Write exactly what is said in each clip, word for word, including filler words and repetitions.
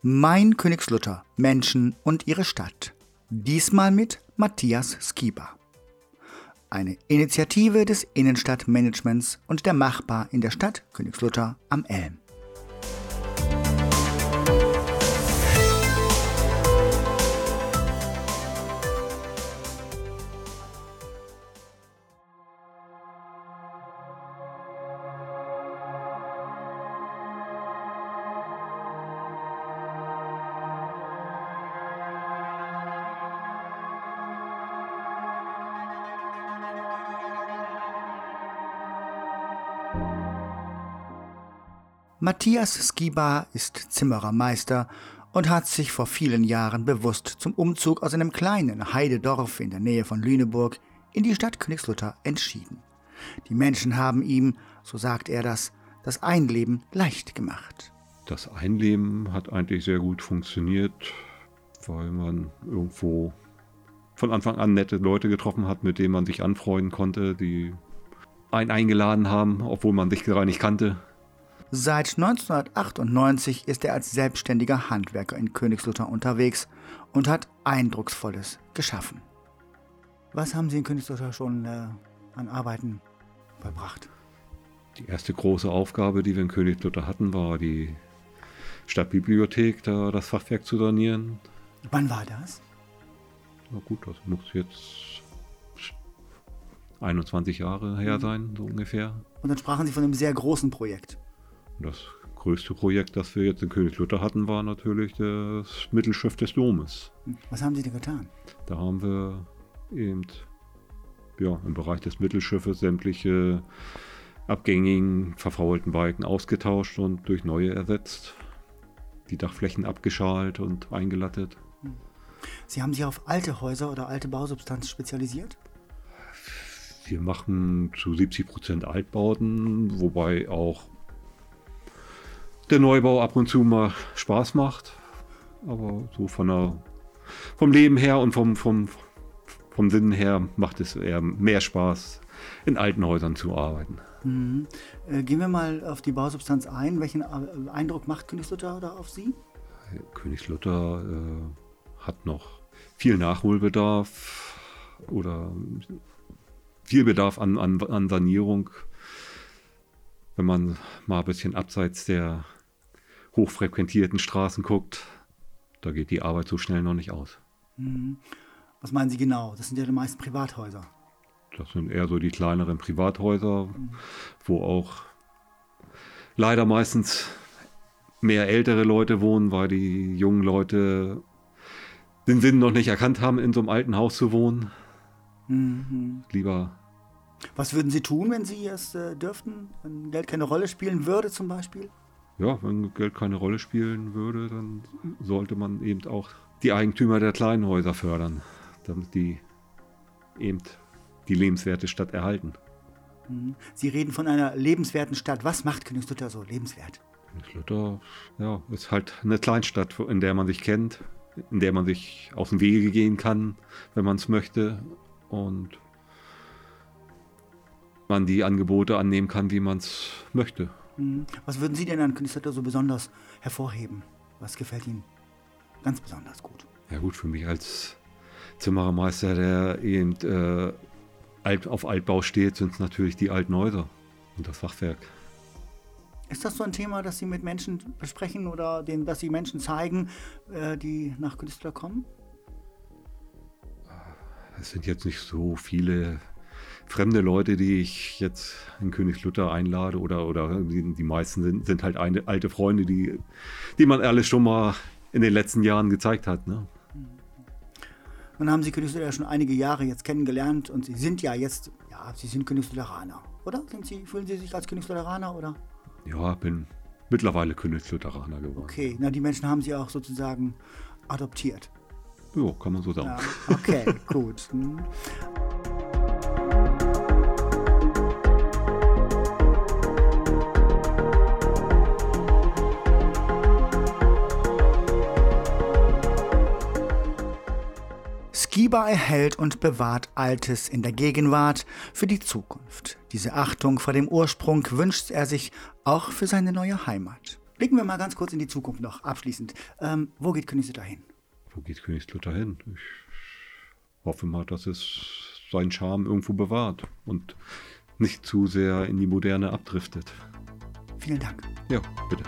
Mein Königslutter, Menschen und ihre Stadt. Diesmal mit Matthias Skiba. Eine Initiative des Innenstadtmanagements und der Machbar in der Stadt Königslutter am Elm. Matthias Skiba ist Zimmerermeister und hat sich vor vielen Jahren bewusst zum Umzug aus einem kleinen Heidedorf in der Nähe von Lüneburg in die Stadt Königslutter entschieden. Die Menschen haben ihm, so sagt er das, das Einleben leicht gemacht. Das Einleben hat eigentlich sehr gut funktioniert, weil man irgendwo von Anfang an nette Leute getroffen hat, mit denen man sich anfreunden konnte, die einen eingeladen haben, obwohl man sich gar nicht kannte. Seit neunzehnhundertachtundneunzig ist er als selbstständiger Handwerker in Königslutter unterwegs und hat Eindrucksvolles geschaffen. Was haben Sie in Königslutter schon äh, an Arbeiten vollbracht? Die erste große Aufgabe, die wir in Königslutter hatten, war die Stadtbibliothek, da das Fachwerk zu sanieren. Wann war das? Na gut, das muss jetzt einundzwanzig Jahre her sein, so ungefähr. Und dann sprachen Sie von einem sehr großen Projekt. Das größte Projekt, das wir jetzt in Königslutter hatten, war natürlich das Mittelschiff des Domes. Was haben Sie denn getan? Da haben wir eben ja, im Bereich des Mittelschiffes sämtliche abgängigen, verfaulten Balken ausgetauscht und durch neue ersetzt. Die Dachflächen abgeschalt und eingelattet. Sie haben sich auf alte Häuser oder alte Bausubstanz spezialisiert? Wir machen zu siebzig Prozent Altbauten, wobei auch der Neubau ab und zu mal Spaß macht, aber so von der, vom Leben her und vom, vom, vom Sinn her macht es eher mehr Spaß, in alten Häusern zu arbeiten. Mhm. Äh, gehen wir mal auf die Bausubstanz ein. Welchen Eindruck macht Königslutter da auf Sie? Königslutter äh, hat noch viel Nachholbedarf oder viel Bedarf an, an, an Sanierung. Wenn man mal ein bisschen abseits der hochfrequentierten Straßen guckt, da geht die Arbeit so schnell noch nicht aus. Mhm. Was meinen Sie genau? Das sind ja die meisten Privathäuser. Das sind eher so die kleineren Privathäuser, mhm. wo auch leider meistens mehr ältere Leute wohnen, weil die jungen Leute den Sinn noch nicht erkannt haben, in so einem alten Haus zu wohnen. Mhm. Lieber. Was würden Sie tun, wenn Sie es äh, dürften, wenn Geld keine Rolle spielen würde zum Beispiel? Ja, wenn Geld keine Rolle spielen würde, dann sollte man eben auch die Eigentümer der kleinen Häuser fördern, damit die eben die lebenswerte Stadt erhalten. Sie reden von einer lebenswerten Stadt. Was macht Königslutter so lebenswert? Königslutter, ja, ist halt eine Kleinstadt, in der man sich kennt, in der man sich aus dem Wege gehen kann, wenn man es möchte, und man die Angebote annehmen kann, wie man es möchte. Was würden Sie denn an Königslutter so besonders hervorheben? Was gefällt Ihnen ganz besonders gut? Ja gut, für mich als Zimmerermeister, der eben äh, alt, auf Altbau steht, sind es natürlich die alten Häuser und das Fachwerk. Ist das so ein Thema, das Sie mit Menschen besprechen oder den, dass Sie Menschen zeigen, äh, die nach Königslutter kommen? Es sind jetzt nicht so viele fremde Leute, die ich jetzt in Königslutter einlade, oder, oder die, die meisten sind, sind halt eine, alte Freunde, die, die man alles schon mal in den letzten Jahren gezeigt hat. Ne? Nun haben Sie Königslutter ja schon einige Jahre jetzt kennengelernt und Sie sind ja jetzt, ja, Sie sind Königslutteraner, oder? Sind Sie, fühlen Sie sich als Königslutteraner, oder? Ja, bin mittlerweile Königslutteraner geworden. Okay, na die Menschen haben Sie auch sozusagen adoptiert. Ja, kann man so sagen. Ja, okay, gut. Hm. Skiba erhält und bewahrt Altes in der Gegenwart für die Zukunft. Diese Achtung vor dem Ursprung wünscht er sich auch für seine neue Heimat. Blicken wir mal ganz kurz in die Zukunft noch abschließend. Ähm, wo geht Königslutter hin? Wo geht Königslutter hin? Ich hoffe mal, dass es seinen Charme irgendwo bewahrt und nicht zu sehr in die Moderne abdriftet. Vielen Dank. Ja, bitte.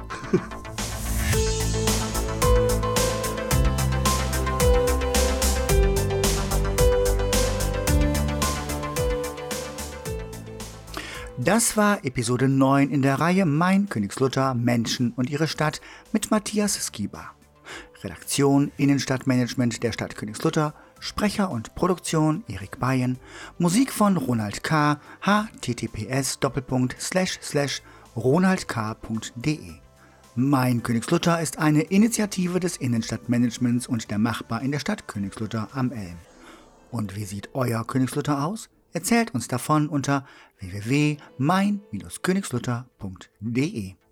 Das war Episode neun in der Reihe Mein Königslutter, Menschen und ihre Stadt mit Matthias Skiba. Redaktion Innenstadtmanagement der Stadt Königslutter, Sprecher und Produktion Erik Bayen, Musik von Ronald K., h t t p s doppelpunkt slash slash ronald k punkt d e. Mein Königslutter ist eine Initiative des Innenstadtmanagements und der Machbar in der Stadt Königslutter am Elm. Und wie sieht euer Königslutter aus? Erzählt uns davon unter w w w punkt mein Königslutter punkt d e.